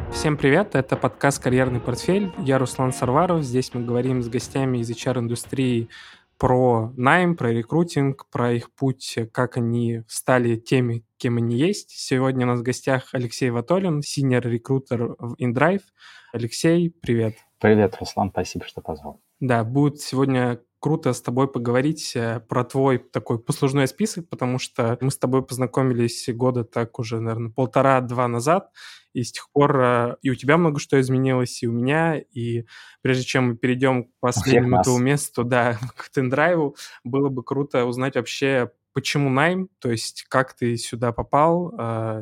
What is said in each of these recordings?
Всем привет, это подкаст «Карьерный портфель». Я Руслан Сарваров. Здесь мы говорим с гостями из HR-индустрии про найм, про рекрутинг, про их путь, как они стали теми, кем они есть. Сегодня у нас в гостях Алексей Ватолин, синьор-рекрутер в InDrive. Алексей, привет. Привет, Руслан, спасибо, что позвал. Да, будет сегодня круто с тобой поговорить про твой такой послужной список, потому что мы с тобой познакомились года так уже, наверное, 1,5-2 назад, и с тех пор и у тебя много что изменилось, и у меня, и прежде чем мы перейдем к У всех последнему этому нас. месту, да, к Тендрайву, было бы круто узнать вообще, почему найм, то есть как ты сюда попал,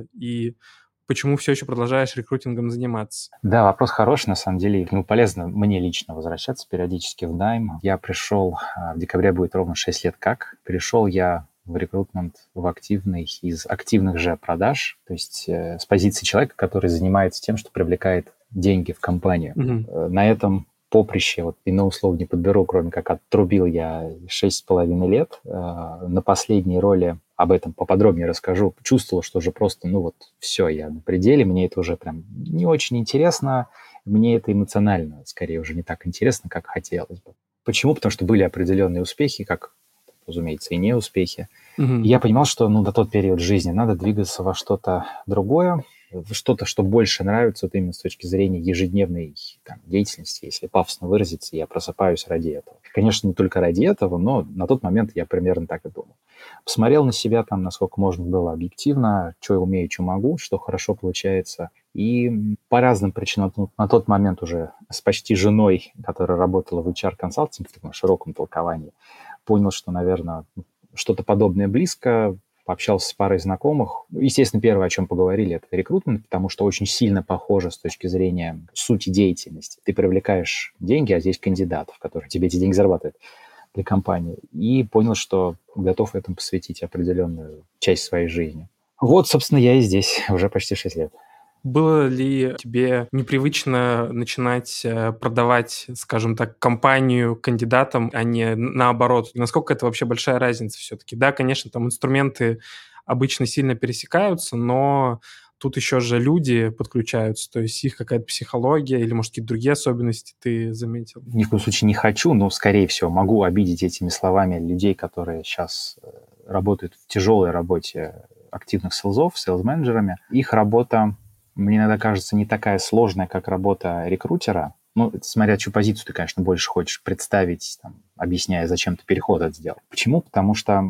и почему все еще продолжаешь рекрутингом заниматься. Да, вопрос хороший, на самом деле. Ему полезно мне лично возвращаться периодически в найм. Я пришел, в декабре будет ровно 6 лет как. Перешел я в рекрутмент в активный из активных же продаж, то есть с позиции человека, который занимается тем, что привлекает деньги в компанию. На этом поприще, вот иного слова не подберу, кроме как отрубил я 6,5 лет. На последней роли об этом поподробнее расскажу. Чувствовал, что уже просто, все, я на пределе, мне это уже прям не очень интересно, мне это эмоционально, скорее, уже не так интересно, как хотелось бы. Почему? Потому что были определенные успехи, как, разумеется, и неуспехи. И я понимал, что, на тот период жизни надо двигаться во что-то другое, что-то, что больше нравится, вот именно с точки зрения ежедневной деятельности, если пафосно выразиться, я просыпаюсь ради этого. Конечно, не только ради этого, но на тот момент я примерно так и думал. Посмотрел на себя там, насколько можно было объективно, что я умею, что могу, что хорошо получается. И по разным причинам на тот момент уже с почти женой, которая работала в HR-консалтинге в таком широком толковании, понял, что, наверное, что-то подобное близко, пообщался с парой знакомых. Естественно, первое, о чем поговорили, это рекрутмент, потому что очень сильно похоже с точки зрения сути деятельности. Ты привлекаешь деньги, а здесь кандидатов, которые тебе эти деньги зарабатывают для компании. И понял, что готов этому посвятить определенную часть своей жизни. Вот, собственно, я и здесь уже почти 6 лет. Было ли тебе непривычно начинать продавать, скажем так, компанию кандидатам, а не наоборот? Насколько это вообще большая разница все-таки? Да, конечно, там инструменты обычно сильно пересекаются, но тут еще же люди подключаются, то есть их какая-то психология или, может, какие-то другие особенности ты заметил? Ни в коем случае не хочу, но, скорее всего, могу обидеть этими словами людей, которые сейчас работают в тяжелой работе активных селзов, селс-менеджерами. Их работа, мне иногда кажется, не такая сложная, как работа рекрутера. Смотря чью позицию ты, конечно, больше хочешь представить, объясняя, зачем ты переход этот сделал. Почему? Потому что,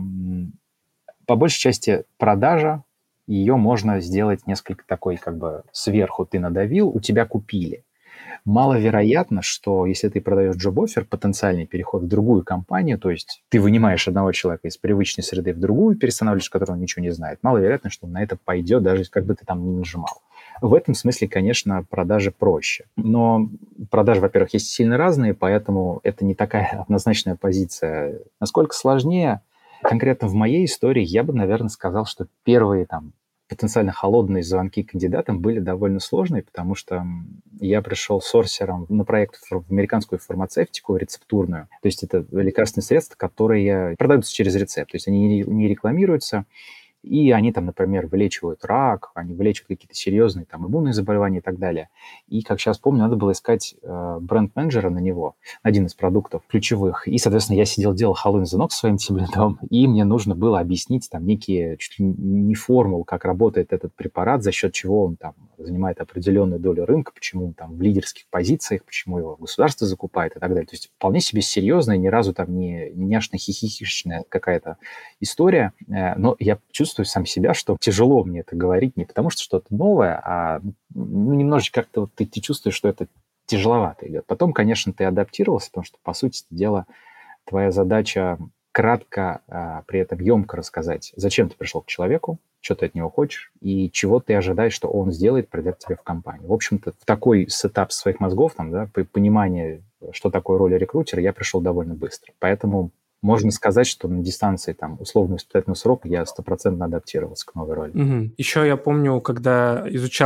по большей части, продажа, ее можно сделать несколько такой, сверху ты надавил, у тебя купили. Маловероятно, что если ты продаешь джоб-оффер, потенциальный переход в другую компанию, то есть ты вынимаешь одного человека из привычной среды в другую, перестанавливаешь, которого он ничего не знает, маловероятно, что он на это пойдет, даже как бы ты там ни нажимал. В этом смысле, конечно, продажи проще. Но продажи, во-первых, есть сильно разные, поэтому это не такая однозначная позиция. Насколько сложнее, конкретно в моей истории, я бы, наверное, сказал, что первые потенциально холодные звонки кандидатам были довольно сложные, потому что я пришел сорсером на проект в американскую фармацевтику рецептурную. То есть это лекарственные средства, которые продаются через рецепт. То есть они не рекламируются, и они например, вылечивают рак, они вылечивают какие-то серьезные иммунные заболевания и так далее. И, как сейчас помню, надо было искать бренд-менеджера на него, один из продуктов ключевых. И, соответственно, я сидел, делал холодный звонок со своим тимлидом, и мне нужно было объяснить некие, чуть ли не формул, как работает этот препарат, за счет чего он занимает определенную долю рынка, почему он в лидерских позициях, почему его государство закупает и так далее. То есть вполне себе серьезная, ни разу не няшно-хихихишная какая-то история, но я чувствую сам себя, что тяжело мне это говорить не потому, что что-то новое, а немножечко как-то ты чувствуешь, что это тяжеловато идет. Потом, конечно, ты адаптировался, потому что, по сути дела, твоя задача кратко, при этом емко рассказать, зачем ты пришел к человеку, что ты от него хочешь и чего ты ожидаешь, что он сделает, придя к тебе в компанию. В общем-то, в такой сетап своих мозгов, понимание, что такое роль рекрутера, я пришел довольно быстро. Поэтому можно сказать, что на дистанции условного испытательного срока я 100% адаптировался к новой роли. Еще я помню, когда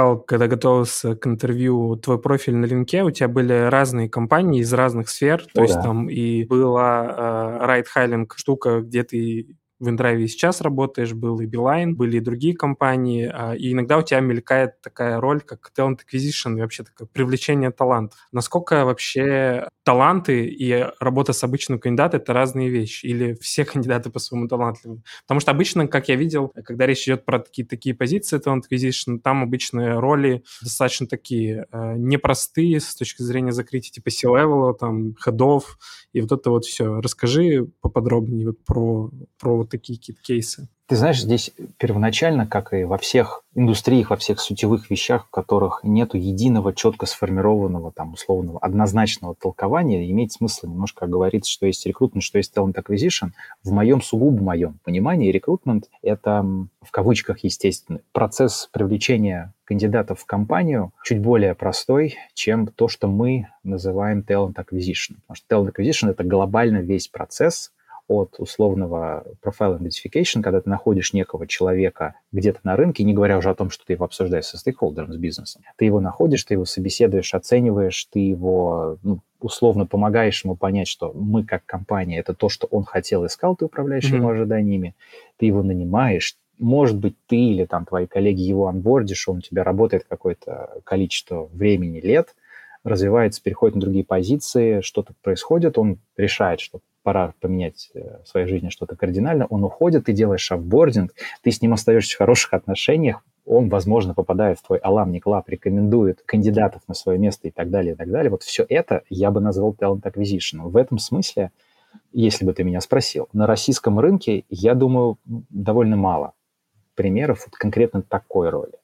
готовился к интервью, твой профиль на линке, у тебя были разные компании из разных сфер, то О, есть да. там и была райд-хайлинг штука, где ты в Индрайве и сейчас работаешь, был и Билайн, были и другие компании, и иногда у тебя мелькает такая роль, как talent acquisition, и вообще такое привлечение талантов. Насколько вообще таланты и работа с обычным кандидатом — это разные вещи? Или все кандидаты по-своему талантливы? Потому что обычно, как я видел, когда речь идет про такие позиции talent acquisition, там обычно роли достаточно такие непростые с точки зрения закрытия типа C-level, там, хедов, и вот это вот все. Расскажи поподробнее вот про вот такие какие-то кейсы. Ты знаешь, здесь первоначально, как и во всех индустриях, во всех сутевых вещах, в которых нету единого, четко сформированного, там, условного, однозначного толкования, имеет смысл немножко оговориться, что есть рекрутмент, что есть talent acquisition. В моем, сугубо моем понимании, рекрутмент — это, в кавычках, естественно, процесс привлечения кандидатов в компанию чуть более простой, чем то, что мы называем talent acquisition. Потому что talent acquisition — это глобально весь процесс от условного profile identification, когда ты находишь некого человека где-то на рынке, не говоря уже о том, что ты его обсуждаешь со стейкхолдером, с бизнесом. Ты его находишь, ты его собеседуешь, оцениваешь, ты его условно помогаешь ему понять, что мы как компания — это то, что он хотел, искал, ты управляешь его ожиданиями, ты его нанимаешь. Может быть, ты или там твои коллеги его онбордишь, он у тебя работает какое-то количество времени, лет, развивается, переходит на другие позиции, что-то происходит, он решает, что пора поменять в своей жизни что-то кардинально, он уходит, ты делаешь офбординг, ты с ним остаешься в хороших отношениях, он, возможно, попадает в твой аламник лаб, рекомендует кандидатов на свое место и так далее, и так далее. Вот все это я бы назвал talent acquisition. В этом смысле, если бы ты меня спросил, на российском рынке, я думаю, довольно мало примеров вот конкретно такой роли.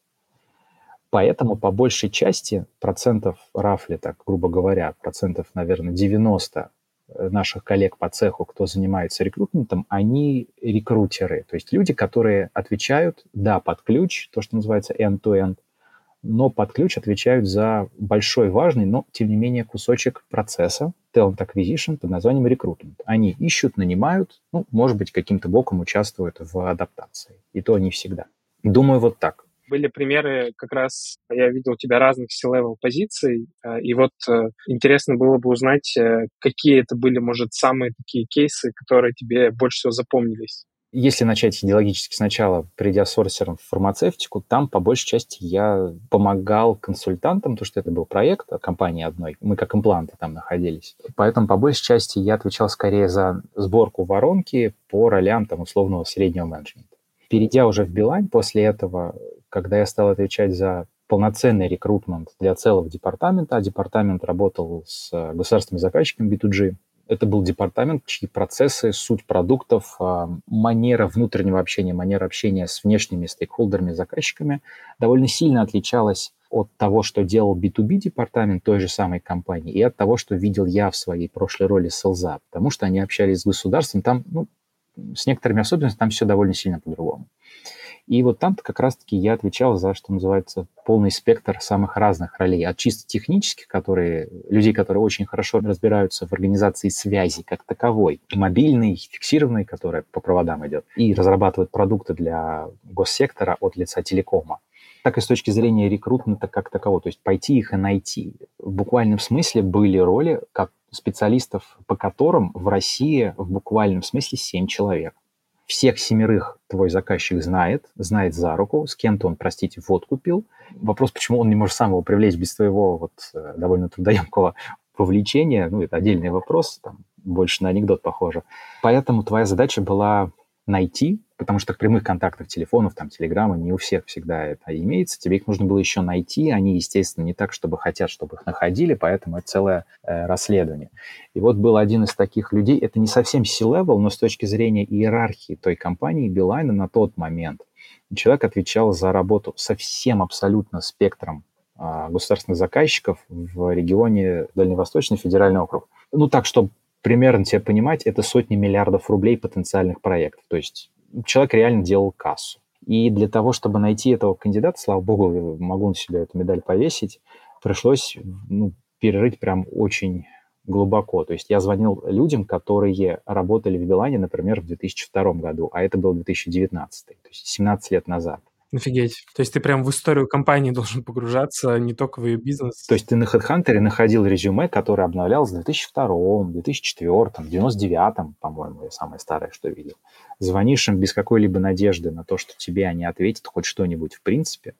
Поэтому по большей части процентов, рафли, так грубо говоря, процентов, наверное, 90 наших коллег по цеху, кто занимается рекрутментом, они рекрутеры. То есть люди, которые отвечают, да, под ключ, то, что называется end-to-end, но под ключ отвечают за большой, важный, но, тем не менее, кусочек процесса talent acquisition под названием рекрутмент. Они ищут, нанимают, может быть, каким-то боком участвуют в адаптации. И то не всегда. Думаю, вот так. Были примеры, как раз я видел у тебя разных C-level позиций, и вот интересно было бы узнать, какие это были, может, самые такие кейсы, которые тебе больше всего запомнились. Если начать идеологически сначала, придя сорсером в фармацевтику, там по большей части я помогал консультантам, потому что это был проект от компании одной, мы как импланты там находились. Поэтому по большей части я отвечал скорее за сборку воронки по ролям там условного среднего менеджмента. Перейдя уже в Билайн, после этого, когда я стал отвечать за полноценный рекрутмент для целого департамента, а департамент работал с государственными заказчиками B2G, это был департамент, чьи процессы, суть продуктов, манера внутреннего общения, манера общения с внешними стейкхолдерами, заказчиками довольно сильно отличалась от того, что делал B2B департамент той же самой компании, и от того, что видел я в своей прошлой роли селза, потому что они общались с государством, там, с некоторыми особенностями, там все довольно сильно по-другому. И вот там-то как раз-таки я отвечал за, что называется, полный спектр самых разных ролей. От чисто технических, людей, которые очень хорошо разбираются в организации связи как таковой, мобильной, фиксированной, которая по проводам идет, и разрабатывают продукты для госсектора от лица телекома, так и с точки зрения рекрутмента как такового, то есть пойти их и найти. В буквальном смысле были роли как специалистов, по которым в России в буквальном смысле 7 человек. Всех 7 твой заказчик знает за руку, с кем-то он, простите, водку пил. Вопрос, почему он не может сам его привлечь без твоего довольно трудоемкого вовлечения, это отдельный вопрос, там, больше на анекдот похоже. Поэтому твоя задача была найти, потому что прямых контактов, телефонов, телеграмма не у всех всегда это имеется, тебе их нужно было еще найти, они, естественно, не так, чтобы хотят, чтобы их находили, поэтому это целое расследование. И вот был один из таких людей, это не совсем C-level, но с точки зрения иерархии той компании Билайна на тот момент, человек отвечал за работу со всем абсолютно спектром государственных заказчиков в регионе Дальневосточный федеральный округ. Так, чтобы примерно тебе понимать, это сотни миллиардов рублей потенциальных проектов. То есть человек реально делал кассу. И для того, чтобы найти этого кандидата, слава богу, могу на себя эту медаль повесить, пришлось перерыть прям очень глубоко. То есть я звонил людям, которые работали в Билайне, например, в 2002 году, а это был 2019, то есть 17 лет назад. Офигеть. То есть ты прям в историю компании должен погружаться, не только в ее бизнес. То есть ты на HeadHunter находил резюме, которое обновлялось в 2002, 2004, 99, по-моему, я самое старое, что видел. Звонишь им без какой-либо надежды на то, что тебе они ответят хоть что-нибудь в принципе,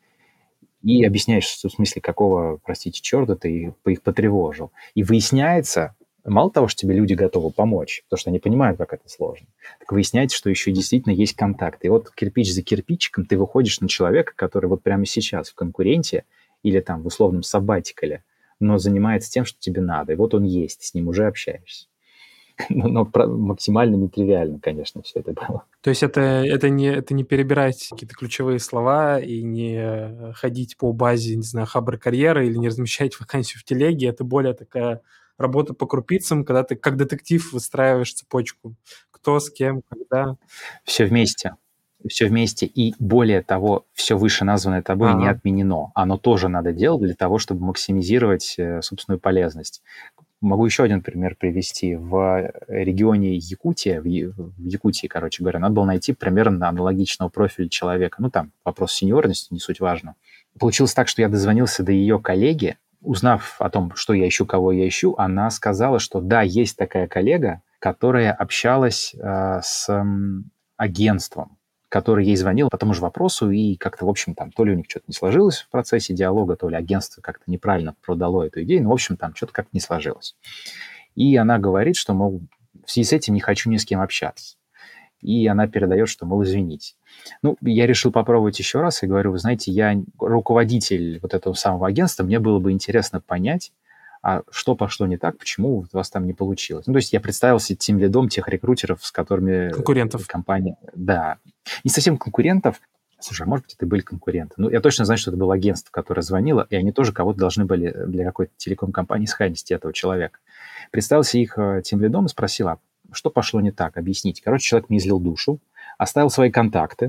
и объясняешь, что в смысле, какого, простите, черта ты их потревожил. И выясняется, мало того, что тебе люди готовы помочь, потому что они понимают, как это сложно, так выясняется, что еще действительно есть контакт. И вот кирпич за кирпичиком ты выходишь на человека, который вот прямо сейчас в конкуренте или там в условном саббатикале, но занимается тем, что тебе надо. И вот он есть, с ним уже общаешься. Но максимально нетривиально, конечно, все это было. То есть это не перебирать какие-то ключевые слова и не ходить по базе, не знаю, Хабр карьеры или не размещать вакансию в телеге. Это более такая работа по крупицам, когда ты как детектив выстраиваешь цепочку. Кто, с кем, когда. Все вместе. Все вместе. И более того, все вышеназванное тобой не Ага. отменено. Оно тоже надо делать для того, чтобы максимизировать собственную полезность. Могу еще один пример привести. В регионе Якутия, в Якутии, короче говоря, надо было найти примерно аналогичного профиля человека. Ну, там вопрос сеньорности, не суть важно. Получилось так, что я дозвонился до ее коллеги, узнав о том, что я ищу, кого я ищу, она сказала, что да, есть такая коллега, которая общалась с агентством, который ей звонил по тому же вопросу, и как-то, в общем, там то ли у них что-то не сложилось в процессе диалога, то ли агентство как-то неправильно продало эту идею, но, в общем, там что-то как-то не сложилось. И она говорит, что, мол, в связи с этим не хочу ни с кем общаться. И она передает, что, мол, извините. Ну, я решил попробовать еще раз и говорю, вы знаете, я руководитель вот этого самого агентства, мне было бы интересно понять, а что пошло не так, почему у вас там не получилось. Ну, то есть я представился тимлидом тех рекрутеров, с которыми Конкурентов. компания... Да, не совсем конкурентов. Слушай, а может быть, это были конкуренты. Ну, я точно знаю, что это было агентство, которое звонило, и они тоже кого-то должны были для какой-то телеком-компании схайнести этого человека. Представился их тимлидом и спросил, а что пошло не так, объясните. Короче, человек мне излил душу, оставил свои контакты,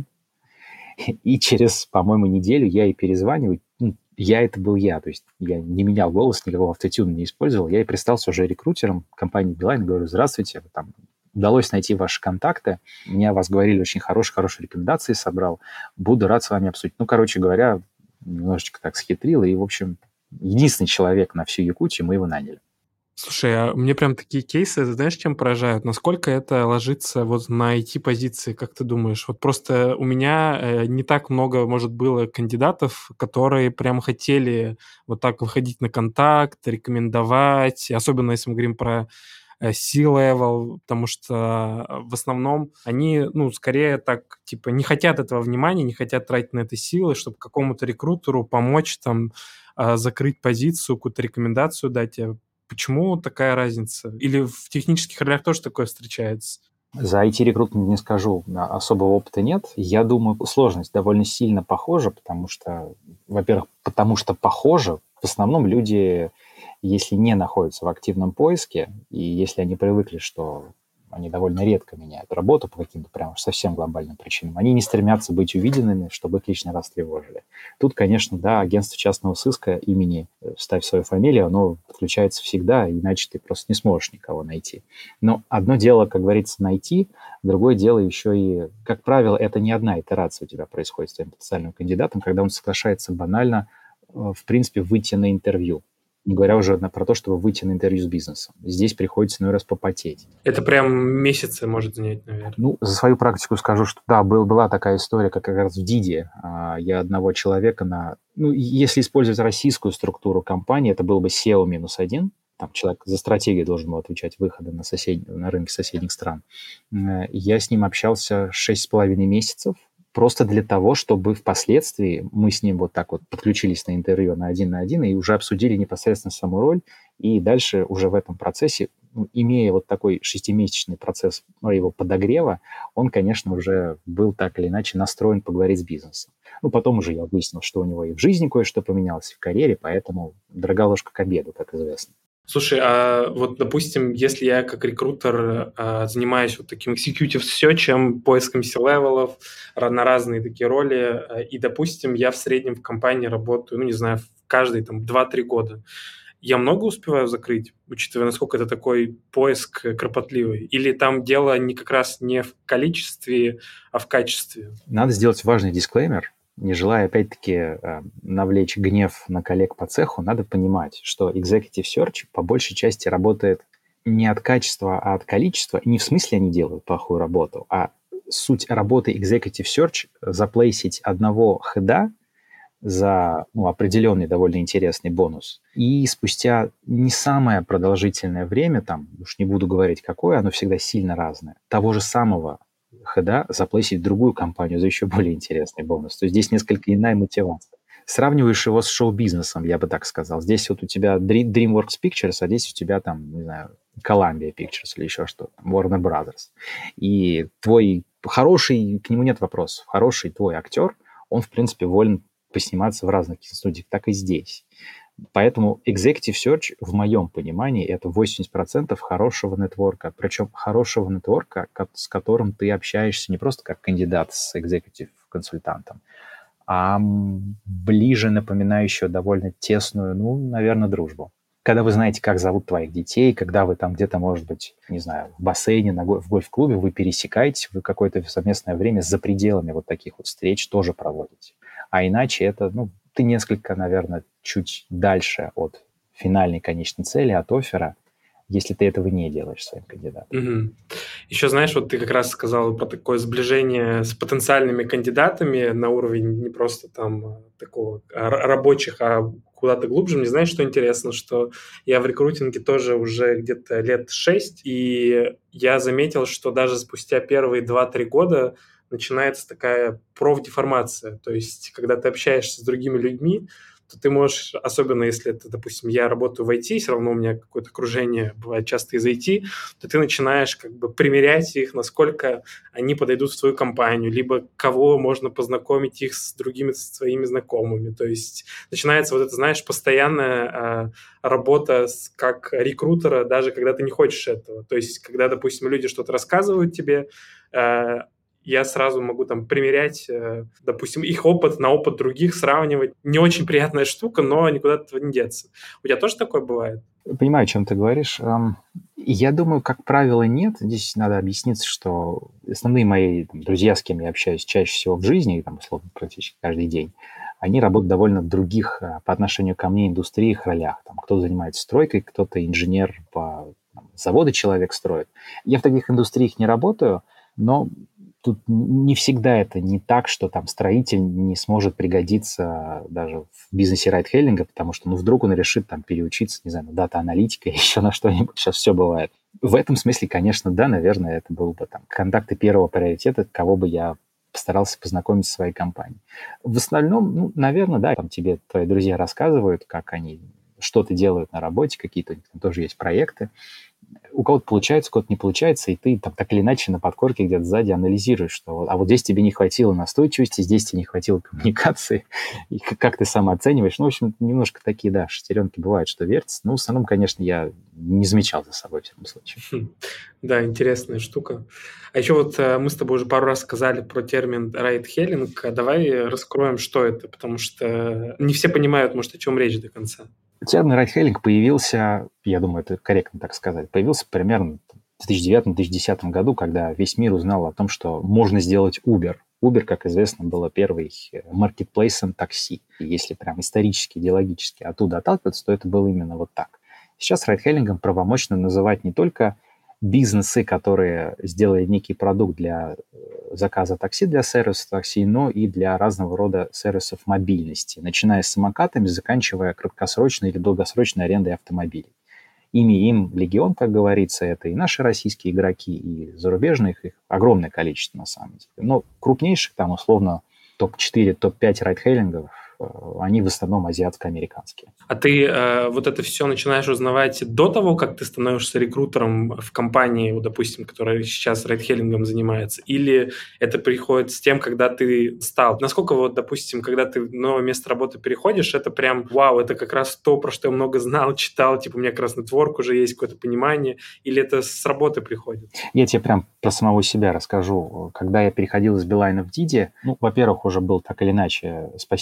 и через, по-моему, неделю я ей перезваниваю. Ну, это был я, то есть я не менял голос, никакого автотюна не использовал. Я и представился уже рекрутером компании Билайн, говорю, здравствуйте, там, удалось найти ваши контакты, мне о вас говорили очень хорошие рекомендации собрал, буду рад с вами обсудить. Ну, короче говоря, немножечко так схитрил, и, в общем, единственный человек на всю Якутию, мы его наняли. Слушай, а мне прям такие кейсы, знаешь, чем поражают? Насколько это ложится вот на IT-позиции, как ты думаешь? Вот просто у меня не так много, может, было кандидатов, которые прям хотели вот так выходить на контакт, рекомендовать, особенно если мы говорим про C-level, потому что в основном они, ну, скорее так, типа, не хотят этого внимания, не хотят тратить на это силы, чтобы какому-то рекрутеру помочь там закрыть позицию, какую-то рекомендацию дать. Почему такая разница? Или в технических ролях тоже такое встречается? За IT-рекрутмент не скажу, особого опыта нет. Я думаю, сложность довольно сильно похожа, потому что, во-первых, похоже, в основном люди, если не находятся в активном поиске, и если они привыкли, что они довольно редко меняют работу по каким-то прям уж совсем глобальным причинам, они не стремятся быть увиденными, чтобы их лишний раз тревожили. Тут, конечно, да, агентство частного сыска имени «Ставь свою фамилию», оно подключается всегда, иначе ты просто не сможешь никого найти. Но одно дело, как говорится, найти, другое дело еще и, как правило, это не одна итерация у тебя происходит с твоим потенциальным кандидатом, когда он соглашается банально, в принципе, выйти на интервью. Не говоря уже про то, чтобы выйти на интервью с бизнесом. Здесь приходится иной раз попотеть. Это прям месяцы может занять, наверное. Ну, за свою практику скажу, что да, была такая история, как раз в Диде. Я одного человека Ну, если использовать российскую структуру компании, это был бы SEO -1. Там человек за стратегию должен был отвечать выхода на рынке соседних стран. Я с ним общался 6,5 месяцев, просто для того, чтобы впоследствии мы с ним вот так вот подключились на интервью на один и уже обсудили непосредственно саму роль, и дальше уже в этом процессе, имея вот такой 6-месячный процесс его подогрева, он, конечно, уже был так или иначе настроен поговорить с бизнесом. Ну, потом уже я выяснил, что у него и в жизни кое-что поменялось, и в карьере, поэтому дорога ложка к обеду, как известно. Слушай, а вот, допустим, если я как рекрутер занимаюсь вот таким executive search, поиском C-левелов на разные такие роли, и, допустим, я в среднем в компании работаю, ну, не знаю, каждые там 2-3 года, я много успеваю закрыть, учитывая, насколько это такой поиск кропотливый? Или там дело не как раз не в количестве, а в качестве? Надо сделать важный дисклеймер. не желая, опять-таки, навлечь гнев на коллег по цеху, надо понимать, что Executive Search по большей части работает не от качества, а от количества. Не в смысле они делают плохую работу, а суть работы Executive Search заплейсить одного хеда за определенный довольно интересный бонус. И спустя не самое продолжительное время, там, уж не буду говорить какое, оно всегда сильно разное, того же самого хеда заплатить в другую компанию за еще более интересный бонус. То есть здесь несколько иная мотивация. Сравниваешь его с шоу-бизнесом, я бы так сказал. Здесь вот у тебя DreamWorks Pictures, а здесь у тебя там, не знаю, Columbia Pictures или еще что-то, Warner Brothers. И твой хороший, к нему нет вопросов, хороший твой актер, он, в принципе, волен посниматься в разных студиях, так и здесь. Поэтому Executive Search, в моем понимании, это 80% хорошего нетворка. Причем хорошего нетворка, с которым ты общаешься не просто как кандидат с экзекутив-консультантом, а ближе напоминающего довольно тесную, наверное, дружбу. Когда вы знаете, как зовут твоих детей, когда вы там где-то, может быть, не знаю, в бассейне, в гольф-клубе, вы пересекаетесь, вы какое-то совместное время за пределами вот таких вот встреч тоже проводите. А иначе это, ты несколько, наверное, чуть дальше от финальной конечной цели, от оффера, если ты этого не делаешь своим кандидатом. Угу. Еще, знаешь, вот ты как раз сказал про такое сближение с потенциальными кандидатами на уровень не просто там такого рабочих, а куда-то глубже. Мне знаешь, что интересно, что я в рекрутинге тоже уже где-то лет 6, и я заметил, что даже спустя первые 2-3 года начинается такая профдеформация. То есть, когда ты общаешься с другими людьми, то ты можешь, особенно если это, допустим, я работаю в IT, все равно у меня какое-то окружение бывает часто из IT, то ты начинаешь как бы примерять их, насколько они подойдут в твою компанию, либо кого можно познакомить их с другими своими знакомыми. То есть начинается вот это, знаешь, постоянная работа как рекрутера, даже когда ты не хочешь этого. То есть когда, допустим, люди что-то рассказывают тебе, я сразу могу там примерять, допустим, их опыт на опыт других, сравнивать. Не очень приятная штука, но никуда от этого не деться. У тебя тоже такое бывает? Понимаю, о чем ты говоришь. Я думаю, как правило, нет. Здесь надо объясниться, что основные мои друзья, с кем я общаюсь чаще всего в жизни, там, условно, практически каждый день, они работают довольно в других по отношению ко мне индустриях, ролях. Там, кто-то занимается стройкой, кто-то инженер по заводу человек строит. Я в таких индустриях не работаю, но тут не всегда это не так, что там строитель не сможет пригодиться даже в бизнесе райд-хейлинга, потому что, вдруг он решит там переучиться, не знаю, на дата-аналитика или еще на что-нибудь. Сейчас все бывает. В этом смысле, конечно, да, наверное, это был бы там контакты первого приоритета, кого бы я постарался познакомить со своей компанией. В остальном, наверное, да, там тебе твои друзья рассказывают, как они что-то делают на работе, какие-то у них там тоже есть проекты. У кого-то получается, у кого-то не получается, и ты там так или иначе на подкорке где-то сзади анализируешь, что вот здесь тебе не хватило настойчивости, здесь тебе не хватило коммуникации, и как ты сам оцениваешь. В общем, немножко такие, да, шестеренки бывают, что вертятся. Но в основном, конечно, я не замечал за собой в всяком случае. Да, интересная штука. А еще вот мы с тобой уже пару раз сказали про термин райд-хейлинг. Давай раскроем, что это, потому что не все понимают, может, о чем речь до конца. Термин райд-хейлинг появился, я думаю, это корректно так сказать, появился примерно в 2009-2010 году, когда весь мир узнал о том, что можно сделать Uber. Uber, как известно, было первый маркетплейсом такси. И если прям исторически, идеологически оттуда отталкиваться, то это было именно вот так. Сейчас райд-хейлингом правомочно называть не только бизнесы, которые сделали некий продукт для заказа такси, для сервиса такси, но и для разного рода сервисов мобильности, начиная с самокатами, заканчивая краткосрочной или долгосрочной арендой автомобилей. Ими им легион, как говорится, это и наши российские игроки, и зарубежные, их огромное количество на самом деле. Но крупнейших там условно топ-4, топ-5 райд-хейлингов, они в основном азиатско-американские. А ты вот это все начинаешь узнавать до того, как ты становишься рекрутером в компании, вот, допустим, которая сейчас райд-хейлингом занимается, или это приходит с тем, когда ты стал? Насколько вот, допустим, когда ты в новое место работы переходишь, это прям, вау, это как раз то, про что я много знал, читал, типа у меня как раз нетворк уже есть, какое-то понимание, или это с работы приходит? Я тебе прям про самого себя расскажу. Когда я переходил из Билайна в Диди, во-первых, уже был так или иначе, спасибо Яндексу,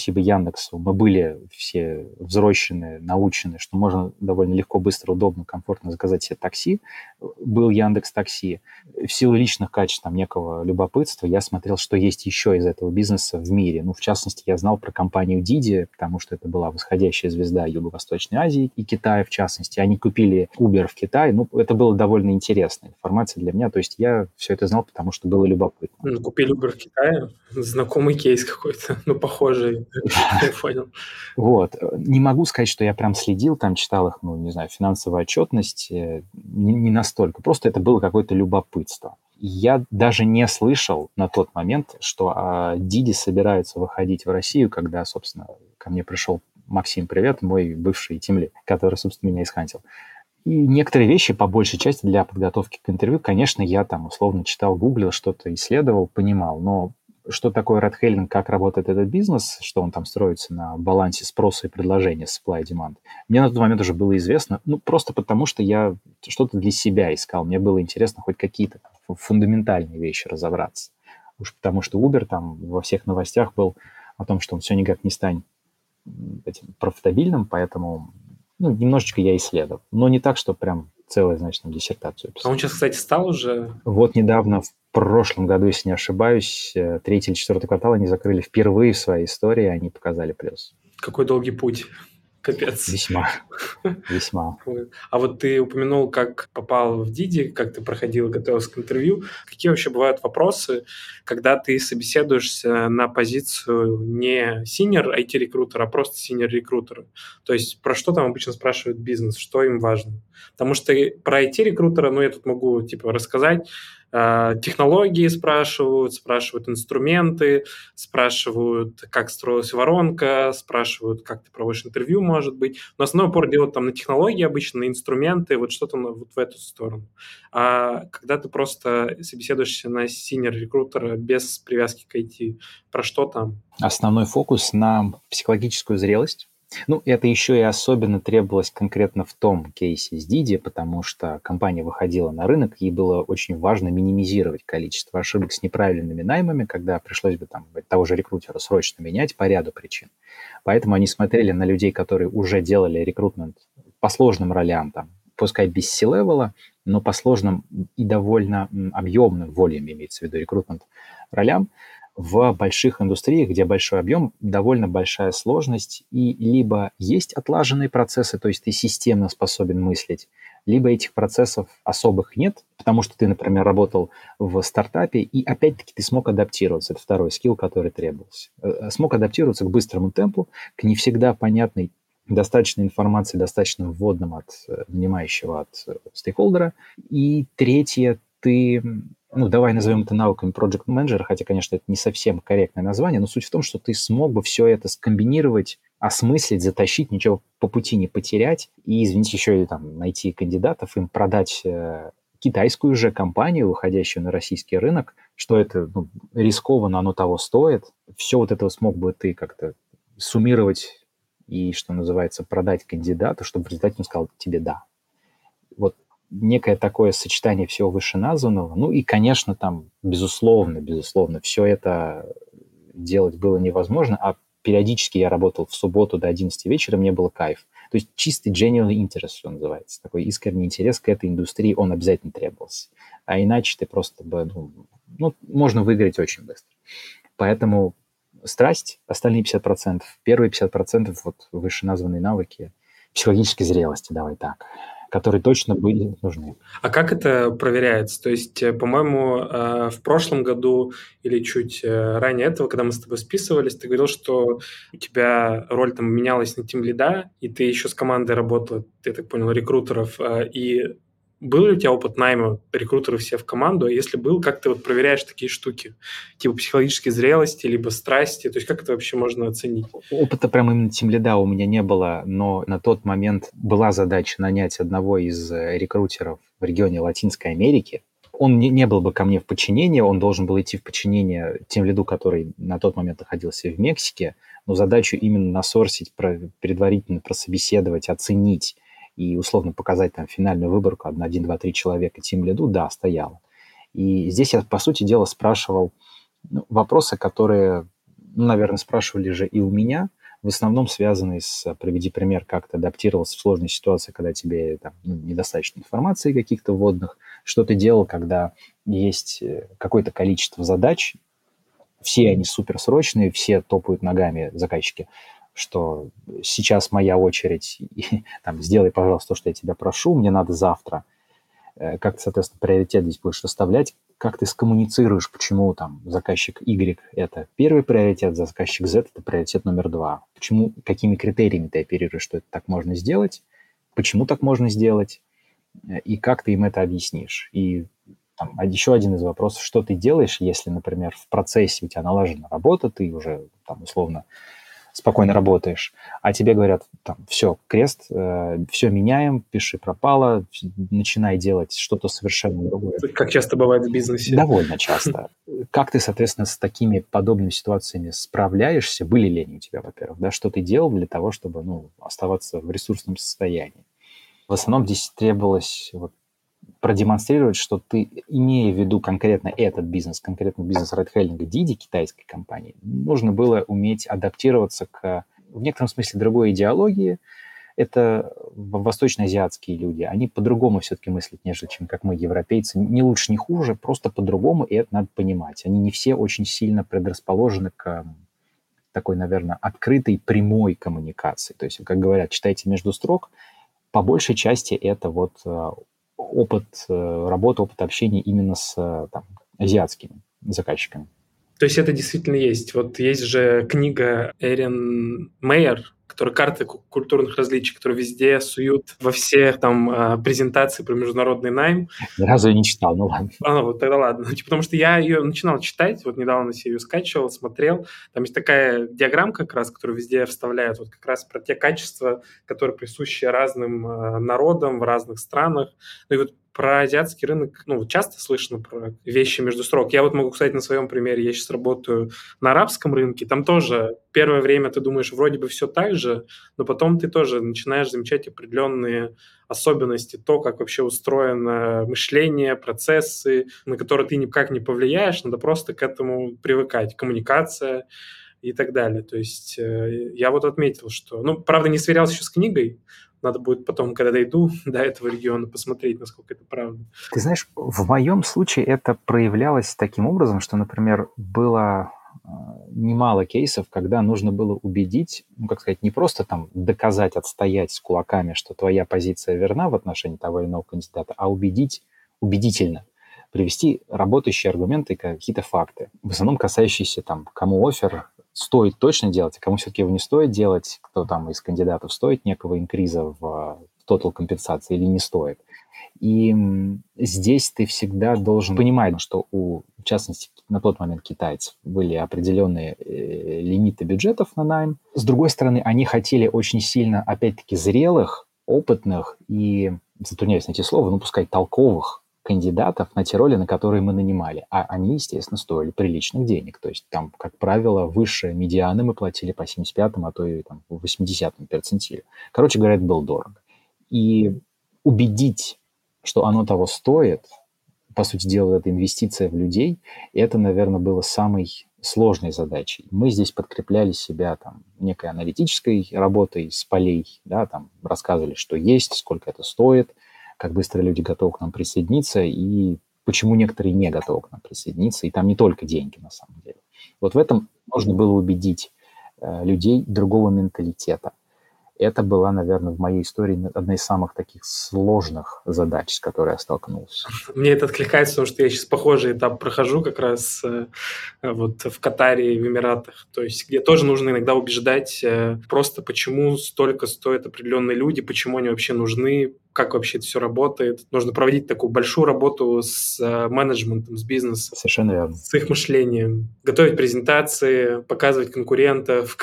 Яндексу. Мы были все взросленные, наученные, что можно довольно легко, быстро, удобно, комфортно заказать себе такси. Был Яндекс Такси. В силу личных качеств, там, некого любопытства, я смотрел, что есть еще из этого бизнеса в мире. Ну, в частности, я знал про компанию Didi, потому что это была восходящая звезда Юго-Восточной Азии и Китая, в частности. Они купили Uber в Китае. Ну, это было довольно интересная информация для меня. То есть я все это знал, потому что было любопытно. Ну, купили Uber в Китае. Знакомый кейс какой-то. Ну, похожий. Я понял. Вот. Не могу сказать, что я прям следил, там читал их, ну, не знаю, финансовую отчетность. Не настолько. Просто это было какое-то любопытство. Я даже не слышал на тот момент, что Didi собираются выходить в Россию, когда, собственно, ко мне пришел Максим, привет, мой бывший тимлид, который, собственно, меня исхантил. И некоторые вещи, по большей части, для подготовки к интервью, конечно, я там условно читал, гуглил, что-то исследовал, понимал. Но что такое райд-хейлинг, как работает этот бизнес, что он там строится на балансе спроса и предложения, supply и demand, мне на тот момент уже было известно, ну, просто потому что я что-то для себя искал. Мне было интересно хоть какие-то фундаментальные вещи разобраться. Уж потому что Uber там во всех новостях был о том, что он все никак не станет этим профитабельным, поэтому немножечко я исследовал. Но не так, что прям целую, значит, там, диссертацию А писал. он сейчас, кстати, стал уже... Вот недавно, в прошлом году, если не ошибаюсь, 3-й или 4-й квартал они закрыли впервые в своей истории, они показали плюс. Какой долгий путь. Капец. Весьма. А вот ты упомянул, как попал в Didi, как ты проходил, готовился к интервью. Какие вообще бывают вопросы, когда ты собеседуешься на позицию не senior IT-рекрутера, а просто senior-рекрутера? То есть про что там обычно спрашивают бизнес, что им важно? Потому что про IT-рекрутера, я тут могу рассказать, технологии спрашивают инструменты, спрашивают, как строилась воронка, спрашивают, как ты проводишь интервью, может быть. Но основной упор делают там на технологии обычно, на инструменты, вот что-то вот в эту сторону. А когда ты просто собеседуешься на senior-рекрутера без привязки к IT, про что там? Основной фокус на психологическую зрелость. Это еще и особенно требовалось конкретно в том кейсе с Didi, потому что компания выходила на рынок, ей было очень важно минимизировать количество ошибок с неправильными наймами, когда пришлось бы того же рекрутера срочно менять по ряду причин. Поэтому они смотрели на людей, которые уже делали рекрутмент по сложным ролям, пускай без C-левела, но по сложным и довольно объемным волям, имеется в виду рекрутмент, ролям, в больших индустриях, где большой объем, довольно большая сложность, и либо есть отлаженные процессы, то есть ты системно способен мыслить, либо этих процессов особых нет, потому что ты, например, работал в стартапе, и опять-таки ты смог адаптироваться. Это второй скилл, который требовался. Смог адаптироваться к быстрому темпу, к не всегда понятной достаточной информации, достаточно вводным внимающего от стейкхолдера. И третье, ты... давай назовем это навыками project manager, хотя, конечно, это не совсем корректное название, но суть в том, что ты смог бы все это скомбинировать, осмыслить, затащить, ничего по пути не потерять, и, извините, еще и найти кандидатов, им продать китайскую же компанию, выходящую на российский рынок, что это рискованно, оно того стоит. Все вот это смог бы ты как-то суммировать и, что называется, продать кандидату, чтобы в результате он сказал тебе «да». Вот некое такое сочетание всего вышеназванного. И, конечно, безусловно, все это делать было невозможно, а периодически я работал в субботу до 11 вечера, мне было кайф. То есть чистый genuine interest, что называется. Такой искренний интерес к этой индустрии, он обязательно требовался. А иначе ты просто бы, можно выиграть очень быстро. Поэтому страсть, остальные 50%, первые 50% вышеназванные навыки психологической зрелости, давай так, которые точно были нужны. А как это проверяется? То есть, по-моему, в прошлом году или чуть ранее этого, когда мы с тобой списывались, ты говорил, что у тебя роль менялась на тимлида, и ты еще с командой работал, ты, так понял, рекрутеров, и был ли у тебя опыт найма рекрутеров все в команду? А если был, как ты проверяешь такие штуки? Типа психологической зрелости, либо страсти? То есть как это вообще можно оценить? Опыта прям именно тимлида у меня не было, но на тот момент была задача нанять одного из рекрутеров в регионе Латинской Америки. Он не был бы ко мне в подчинении, он должен был идти в подчинение тимлиду, который на тот момент находился в Мексике, но задачу именно насорсить, предварительно прособеседовать, оценить и условно показать финальную выборку 1, 2, 3 человека тимлиду, да, стояла. И здесь я, по сути дела, спрашивал вопросы, которые, наверное, спрашивали же и у меня, в основном связанные приведи пример, как ты адаптировался в сложной ситуации, когда тебе там, недостаточно информации каких-то вводных, что ты делал, когда есть какое-то количество задач, все они суперсрочные, все топают ногами заказчики, что сейчас моя очередь, и, там, сделай, пожалуйста, то, что я тебя прошу, мне надо завтра. Как ты, соответственно, приоритет здесь будешь расставлять, как ты скоммуницируешь, почему там заказчик Y– это первый приоритет, заказчик Z– это приоритет номер 2. Почему, какими критериями ты оперируешь, что это так можно сделать, почему так можно сделать, и как ты им это объяснишь. И там, еще один из вопросов, что ты делаешь, если, например, в процессе у тебя налажена работа, ты уже там условно спокойно работаешь, а тебе говорят, там, все, крест, все меняем, пиши пропало, начинай делать что-то совершенно другое. Как часто бывает в бизнесе. Довольно часто. Как ты, соответственно, с такими подобными ситуациями справляешься? Были ли они у тебя, во-первых, да? Что ты делал для того, чтобы оставаться в ресурсном состоянии? В основном здесь требовалось продемонстрировать, что ты, имея в виду конкретно этот бизнес, конкретно бизнес райдхейлинга Didi, китайской компании, нужно было уметь адаптироваться к, в некотором смысле, другой идеологии. Это восточноазиатские люди. Они по-другому все-таки мыслят, нежели чем как мы, европейцы. Не лучше, не хуже, просто по-другому, и это надо понимать. Они не все очень сильно предрасположены к такой, наверное, открытой, прямой коммуникации. То есть, как говорят, читайте между строк. По большей части это опыт работы, опыт общения именно с азиатскими заказчиками. То есть это действительно есть. Вот есть же книга Эрин Мейер, которая «Карты культурных различий», которую везде суют во всех там презентации про международный найм. Ни разу я не читал, ну ладно. Вот тогда ладно. Потому что я ее начинал читать, вот недавно себе ее скачивал, смотрел. Там есть такая диаграммка как раз, которую везде вставляют, вот как раз про те качества, которые присущи разным народам в разных странах. Ну и вот про азиатский рынок, часто слышно про вещи между строк. Я вот могу, кстати, на своем примере, я сейчас работаю на арабском рынке, там тоже первое время ты думаешь, вроде бы все так же, но потом ты тоже начинаешь замечать определенные особенности, то, как вообще устроено мышление, процессы, на которые ты никак не повлияешь, надо просто к этому привыкать, коммуникация и так далее. То есть я вот отметил, что... правда, не сверялся еще с книгой, надо будет потом, когда дойду до этого региона, посмотреть, насколько это правда. Ты знаешь, в моем случае это проявлялось таким образом, что, например, было немало кейсов, когда нужно было убедить, не просто там доказать, отстоять с кулаками, что твоя позиция верна в отношении того или иного кандидата, а убедить убедительно, привести работающие аргументы и какие-то факты, в основном касающиеся кому оффер стоит точно делать, а кому все-таки его не стоит делать, кто там из кандидатов стоит некого инкриза в тотал компенсации или не стоит. И здесь ты всегда должен понимать, что в частности, на тот момент китайцев были определенные лимиты бюджетов на найм. С другой стороны, они хотели очень сильно, опять-таки, зрелых, опытных и, затрудняюсь найти слово, пускай толковых кандидатов на те роли, на которые мы нанимали. А они, естественно, стоили приличных денег. То есть там, как правило, выше медианы мы платили по 75-му, а то и 80-му перцентилю. Короче говоря, это было дорого. И убедить, что оно того стоит, по сути дела, это инвестиция в людей, это, наверное, было самой сложной задачей. Мы здесь подкрепляли себя некой аналитической работой с полей, рассказывали, что есть, сколько это стоит, как быстро люди готовы к нам присоединиться и почему некоторые не готовы к нам присоединиться. И там не только деньги, на самом деле. Вот в этом нужно было убедить людей другого менталитета. Это была, наверное, в моей истории одна из самых таких сложных задач, с которой я столкнулся. Мне это откликается, потому что я сейчас похожий этап прохожу как раз вот в Катаре и в Эмиратах. То есть где тоже нужно иногда убеждать просто, почему столько стоят определенные люди, почему они вообще нужны, как вообще это все работает. Нужно проводить такую большую работу с менеджментом, с бизнесом. Совершенно верно. С их мышлением. Готовить презентации, показывать конкурентов,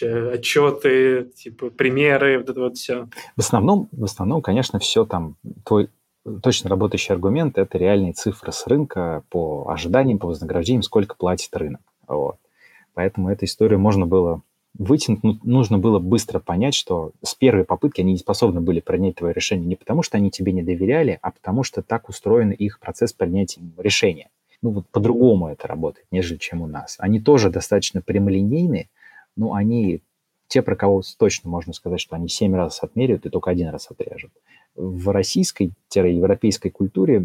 отчеты, примеры, вот это вот все. В основном, конечно, все твой точно работающий аргумент – это реальные цифры с рынка по ожиданиям, по вознаграждениям, сколько платит рынок. Вот. Поэтому эту историю можно было вытянуть, нужно было быстро понять, что с первой попытки они не способны были принять твое решение не потому, что они тебе не доверяли, а потому что так устроен их процесс принятия решения. По-другому это работает, нежели чем у нас. Они тоже достаточно прямолинейные, но они те, про кого точно можно сказать, что они 7 раз отмеряют и только 1 раз отрежут. В российской-европейской культуре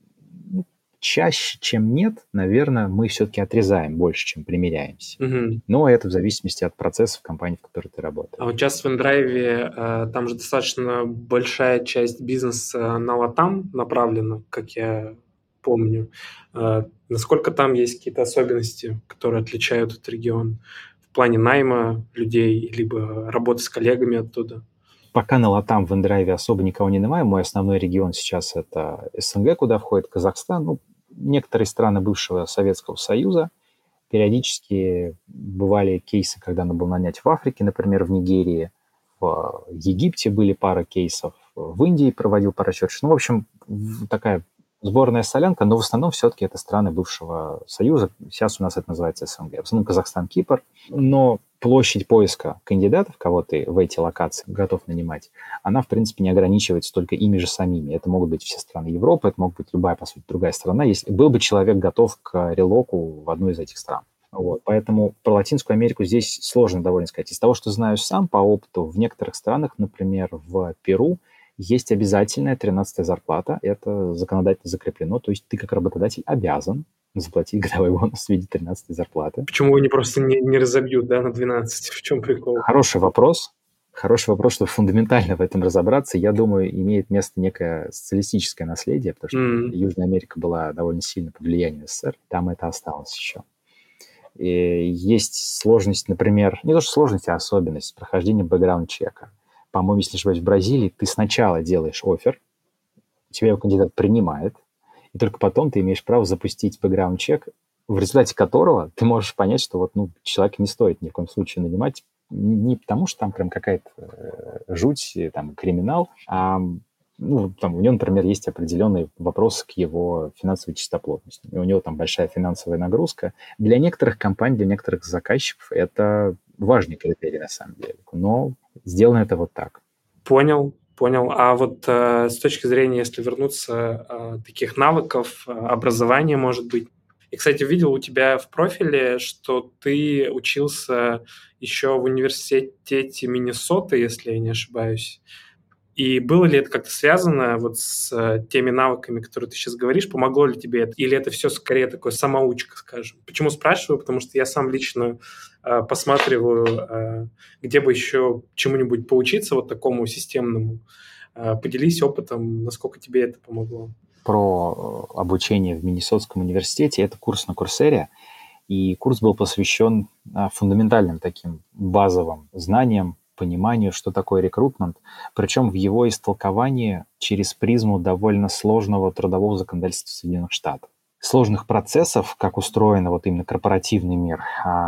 чаще, чем нет, наверное, мы все-таки отрезаем больше, чем примеряемся. Мгм. Но это в зависимости от процессов компании, в которой ты работаешь. А вот сейчас в InDrive там же достаточно большая часть бизнеса на латам направлена, как я помню. Насколько там есть какие-то особенности, которые отличают этот регион в плане найма людей, либо работы с коллегами оттуда? Пока на латам в InDrive особо никого не нанимаем. Мой основной регион сейчас это СНГ, куда входит Казахстан, некоторые страны бывшего Советского Союза. Периодически бывали кейсы, когда надо было нанять в Африке, например, в Нигерии, в Египте были пара кейсов, в Индии проводил пару счетов. В общем, такая сборная солянка, но в основном все-таки это страны бывшего Союза. Сейчас у нас это называется СНГ. В основном Казахстан, Кипр. Но площадь поиска кандидатов, кого ты в эти локации готов нанимать, она, в принципе, не ограничивается только ими же самими. Это могут быть все страны Европы, это могут быть любая, по сути, другая страна. Если был бы человек готов к релоку в одну из этих стран. Поэтому про Латинскую Америку здесь сложно довольно сказать. Из того, что знаю сам по опыту, в некоторых странах, например, в Перу, есть обязательная 13-я зарплата. Это законодательно закреплено. То есть ты как работодатель обязан заплатить годовой бонус в виде 13-й зарплаты. Почему они просто не разобьют, да, на 12? В чем прикол? Хороший вопрос. Хороший вопрос, чтобы фундаментально в этом разобраться. Я думаю, имеет место некое социалистическое наследие, потому что Южная Америка была довольно сильно под влиянием СССР. Там это осталось еще. И есть сложность, например, не то что сложность, а особенность прохождения бэкграунд-чека. По-моему, если не ошибаюсь, в Бразилии ты сначала делаешь оффер, тебя его кандидат принимает, и только потом ты имеешь право запустить бэкграунд-чек, в результате которого ты можешь понять, что человека не стоит ни в коем случае нанимать, не потому что там прям какая-то жуть, там, криминал, а там у него, например, есть определенный вопрос к его финансовой чистоплотности. И у него там большая финансовая нагрузка. Для некоторых компаний, для некоторых заказчиков это важный критерий на самом деле. Но сделано это вот так. Понял. А вот с точки зрения, если вернуться, таких навыков, образования, может быть. Я, кстати, видел у тебя в профиле, что ты учился еще в университете Миннесоты, если я не ошибаюсь. И было ли это как-то связано вот с теми навыками, которые ты сейчас говоришь? Помогло ли тебе это? Или это все скорее такое самоучка, скажем? Почему спрашиваю? Потому что я сам лично посматриваю, где бы еще чему-нибудь поучиться вот такому системному. Поделись опытом, насколько тебе это помогло. Про обучение в Миннесотском университете. Это курс на Курсере. И курс был посвящен фундаментальным таким базовым знаниям, пониманию, что такое рекрутмент, причем в его истолковании через призму довольно сложного трудового законодательства Соединенных Штатов. Сложных процессов, как устроен именно корпоративный мир.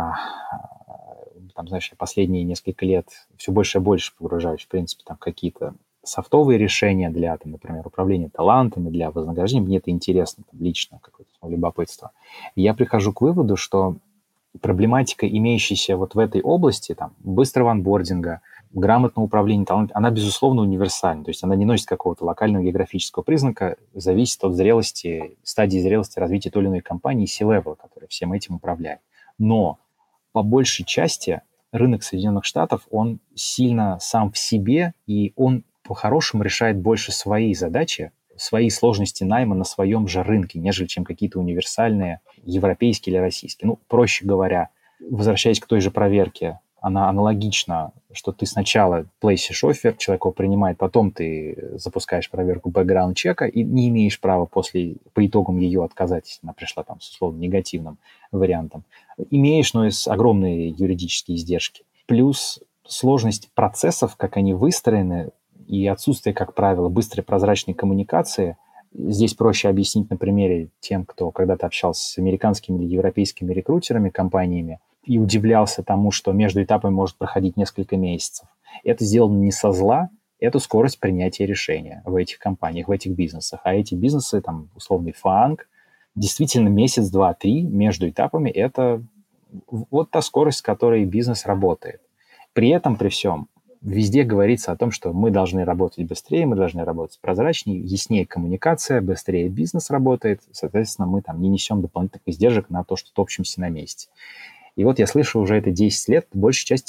Там, знаешь, я последние несколько лет все больше и больше погружаюсь, в принципе, там какие-то софтовые решения для, например, управления талантами, для вознаграждения. Мне это интересно, лично, какое-то любопытство. И я прихожу к выводу, что проблематика, имеющаяся в этой области, быстрого онбординга, грамотного управления талантом, она, безусловно, универсальна. То есть она не носит какого-то локального географического признака, зависит от стадии зрелости развития той или иной компании и C-level, который всем этим управляет. Но по большей части рынок Соединенных Штатов, он сильно сам в себе, и он по-хорошему решает больше свои задачи, свои сложности найма на своем же рынке, нежели чем какие-то универсальные европейские или российские. Проще говоря, возвращаясь к той же проверке, она аналогична, что ты сначала плейсишь оффер, человек его принимает, потом ты запускаешь проверку бэкграунд-чека и не имеешь права по итогам ее отказать, если она пришла с условно негативным вариантом. Имеешь, но есть огромные юридические издержки. Плюс сложность процессов, как они выстроены, и отсутствие, как правило, быстрой прозрачной коммуникации. Здесь проще объяснить на примере тем, кто когда-то общался с американскими или европейскими рекрутерами, компаниями, и удивлялся тому, что между этапами может проходить несколько месяцев. Это сделано не со зла, это скорость принятия решения в этих компаниях, в этих бизнесах. А эти бизнесы, условный фанг, действительно месяц, два, три между этапами – это та скорость, с которой бизнес работает. При этом, при всем, везде говорится о том, что мы должны работать быстрее, мы должны работать прозрачнее, яснее коммуникация, быстрее бизнес работает, соответственно, мы не несем дополнительных издержек на то, что топчемся на месте. И я слышу уже это 10 лет, по большей части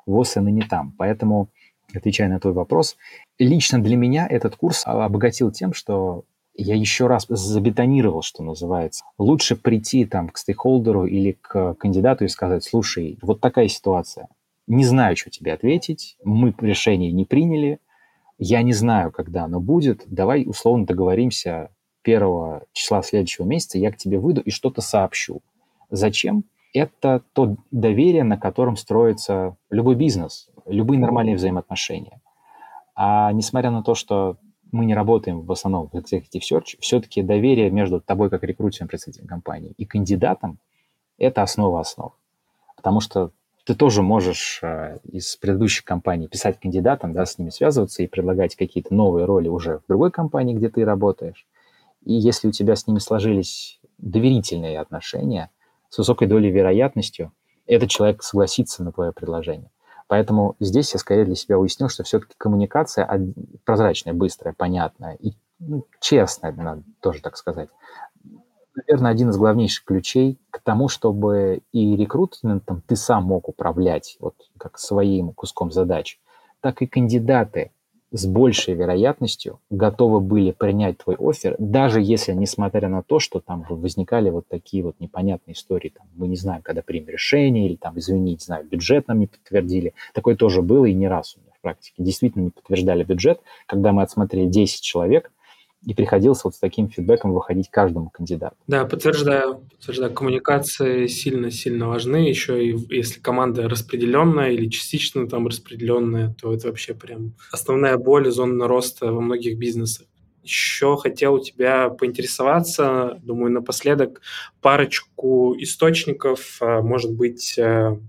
ВОЗ и ныне там. Поэтому, отвечая на твой вопрос, лично для меня этот курс обогатил тем, что я еще раз забетонировал, что называется. Лучше прийти там к стейкхолдеру или к кандидату и сказать: слушай, вот такая ситуация. Не знаю, что тебе ответить, мы решение не приняли, я не знаю, когда оно будет, давай условно договоримся 1 числа следующего месяца, я к тебе выйду и что-то сообщу. Зачем? Это то доверие, на котором строится любой бизнес, любые нормальные взаимоотношения. А несмотря на то, что мы не работаем в основном в Executive Search, все-таки доверие между тобой, как рекрутером представителем компании, и кандидатом – это основа основ. Потому что ты тоже можешь из предыдущих компаний писать кандидатам, да, с ними связываться и предлагать какие-то новые роли уже в другой компании, где ты работаешь. И если у тебя с ними сложились доверительные отношения, с высокой долей вероятностью этот человек согласится на твое предложение. Поэтому здесь я скорее для себя уяснил, что все-таки коммуникация прозрачная, быстрая, понятная и честная, надо тоже так сказать. Наверное, один из главнейших ключей к тому, чтобы и рекрутментом ты сам мог управлять вот как своим куском задач, так и кандидаты с большей вероятностью готовы были принять твой оффер, даже если, несмотря на то, что там возникали вот такие вот непонятные истории, там, мы не знаем, когда примем решение, или там, извини, не знаю, бюджет нам не подтвердили. Такое тоже было и не раз у меня в практике. Действительно не подтверждали бюджет, когда мы отсмотрели 10 человек, и приходилось вот с таким фидбэком выходить каждому кандидату. Да, подтверждаю. Коммуникации сильно-сильно важны. Еще и если команда распределенная или частично там распределенная, то это вообще прям основная боль, зона роста во многих бизнесах. Еще хотел у тебя поинтересоваться, думаю, напоследок, парочку источников, может быть,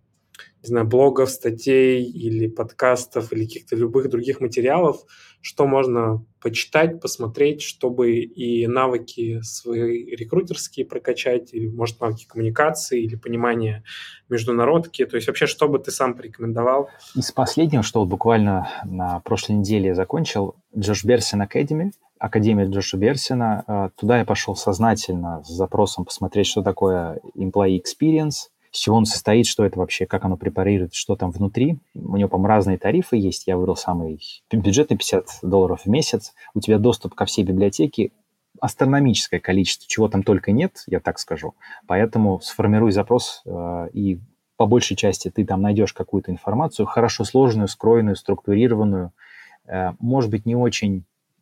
не знаю, блогов, статей или подкастов, или каких-то любых других материалов, что можно почитать, посмотреть, чтобы и навыки свои рекрутерские прокачать, или, может, навыки коммуникации, или понимание международки. То есть вообще, что бы ты сам порекомендовал? Из последнего, что вот буквально на прошлой неделе я закончил, Джош Берсин Academy, Академия Джоша Берсина. Туда я пошел сознательно с запросом посмотреть, что такое employee experience, с чего он состоит, что это вообще, как оно препарирует, что там внутри. У него, по-моему, разные тарифы есть. Я выбрал самый бюджетный, $50 в месяц. У тебя доступ ко всей библиотеке, астрономическое количество, чего там только нет, я так скажу. Поэтому сформируй запрос, и по большей части ты там найдешь какую-то информацию, хорошо сложенную, скроенную, структурированную, может быть, не очень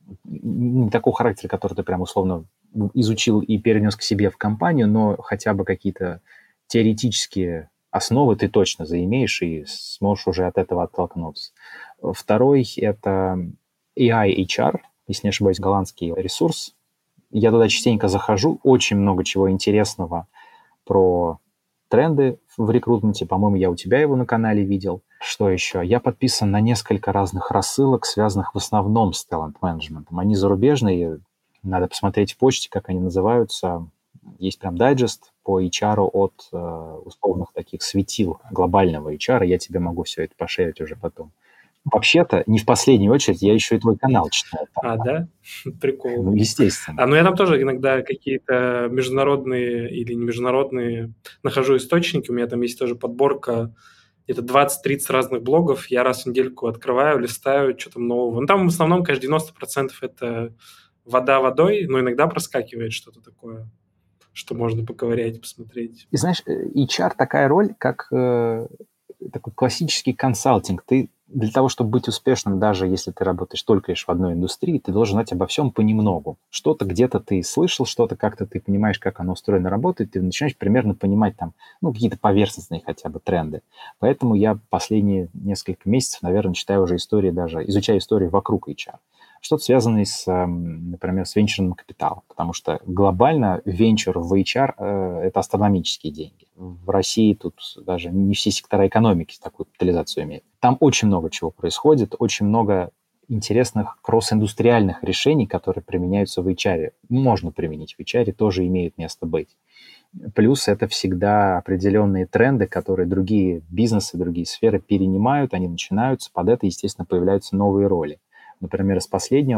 не такого характера, который ты прям условно изучил и перенес к себе в компанию, но хотя бы какие-то теоретические основы ты точно заимеешь и сможешь уже от этого оттолкнуться. Второй – это AI HR, если не ошибаюсь, голландский ресурс. Я туда частенько захожу, очень много чего интересного про тренды в рекрутменте. По-моему, я у тебя его на канале видел. Что еще? Я подписан на несколько разных рассылок, связанных в основном с талант-менеджментом. Они зарубежные, надо посмотреть в почте, как они называются. Есть прям дайджест по HR от условных таких светил глобального HR. Я тебе могу все это пошерить уже потом. Вообще-то, не в последнюю очередь, я еще и твой канал читаю. Да? Прикол. Ну, естественно. Ну, я там тоже иногда какие-то международные или не международные нахожу источники. У меня там есть тоже подборка где-то 20-30 разных блогов. Я раз в недельку открываю, листаю, что там нового. Ну, там в основном, конечно, 90% это вода водой, но иногда проскакивает что-то такое, что можно поковырять, посмотреть. И знаешь, HR такая роль, как такой классический консалтинг. Ты для того, чтобы быть успешным, даже если ты работаешь только лишь в одной индустрии, ты должен знать обо всем понемногу. Что-то где-то ты слышал, что-то как-то ты понимаешь, как оно устроено, работает, ты начинаешь примерно понимать там, ну, какие-то поверхностные хотя бы тренды. Поэтому я последние несколько месяцев, наверное, читаю уже истории даже, изучаю истории вокруг HR. Что-то связанное с, например, с венчурным капиталом, потому что глобально венчур в HR это астрономические деньги. В России тут даже не все сектора экономики такую капитализацию имеют. Там очень много чего происходит, очень много интересных кросс-индустриальных решений, которые применяются в HR. Можно применить в HR, тоже имеют место быть. Плюс это всегда определенные тренды, которые другие бизнесы, другие сферы перенимают, они начинаются, под это, естественно, появляются новые роли. Например, из последнего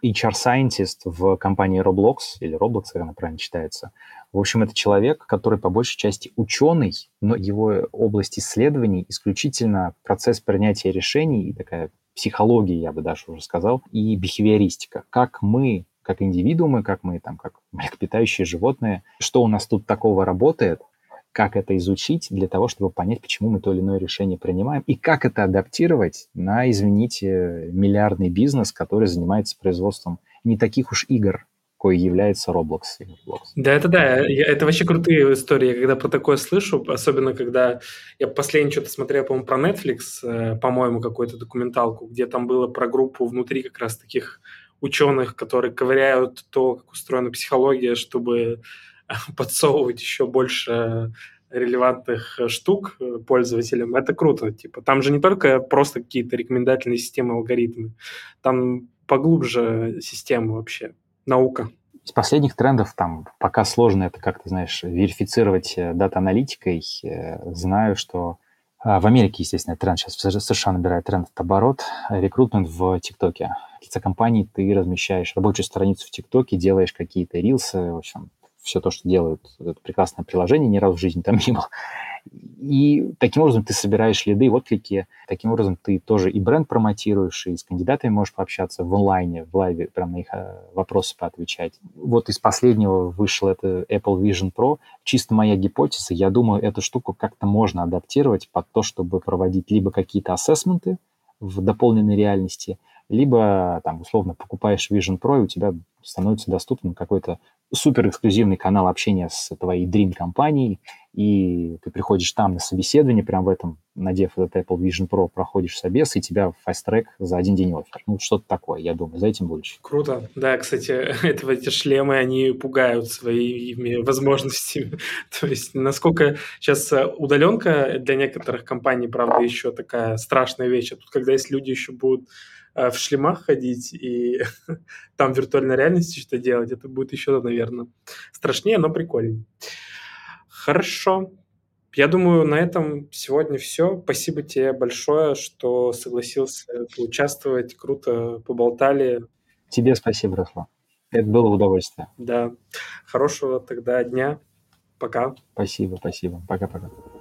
HR-сайентист в компании Roblox, или Roblox, как она правильно читается. В общем, это человек, который по большей части ученый, но его область исследований исключительно процесс принятия решений и такая психология, я бы даже уже сказал, и бихевиористика. Как мы, как индивидуумы, как мы, там, как млекопитающие животные, что у нас тут такого работает, как это изучить для того, чтобы понять, почему мы то или иное решение принимаем, и как это адаптировать на, извините, миллиардный бизнес, который занимается производством не таких уж игр, кое является Roblox или Roblox. Да, это вообще крутые истории, я когда про такое слышу, особенно когда я последнее что-то смотрел, по-моему, про Netflix, по-моему, какую-то документалку, где там было про группу внутри как раз таких ученых, которые ковыряют то, как устроена психология, чтобы подсовывать еще больше релевантных штук пользователям. Это круто. Типа, там же не только просто какие-то рекомендательные системы, алгоритмы, там поглубже система вообще, наука. Из последних трендов, там, пока сложно это как-то, знаешь, верифицировать дата-аналитикой, знаю, что в Америке, естественно, тренд сейчас в США набирает тренд от оборот, рекрутмент в ТикТоке. Лица компании ты размещаешь рабочую страницу в ТикТоке, делаешь какие-то рилсы, в общем, все то, что делают. Это прекрасное приложение, ни разу в жизни там не был. И таким образом ты собираешь лиды, отклики. Таким образом ты тоже и бренд промотируешь, и с кандидатами можешь пообщаться в онлайне, в лайве, прям на их вопросы поотвечать. Вот из последнего вышел это Apple Vision Pro. Чисто моя гипотеза, я думаю, эту штуку как-то можно адаптировать под то, чтобы проводить либо какие-то ассессменты в дополненной реальности, либо, там, условно, покупаешь Vision Pro, и у тебя становится доступным какой-то супер эксклюзивный канал общения с твоей Dream-компанией, и ты приходишь там на собеседование, прям в этом, надев этот Apple Vision Pro, проходишь собес, и тебя в Fast Track за один день оффер. Ну, что-то такое, я думаю, за этим будущее. Круто. Да, кстати, эти шлемы, они пугают своими возможностями. То есть, насколько сейчас удаленка для некоторых компаний, правда, еще такая страшная вещь. А тут, когда есть люди еще будут в шлемах ходить и там в виртуальной реальности что-то делать, это будет еще, наверное, страшнее, но прикольнее. Хорошо. Я думаю, на этом сегодня все. Спасибо тебе большое, что согласился поучаствовать. Круто поболтали. Тебе спасибо, Руслан. Это было удовольствие. Да. Хорошего тогда дня. Пока. Спасибо. Пока-пока.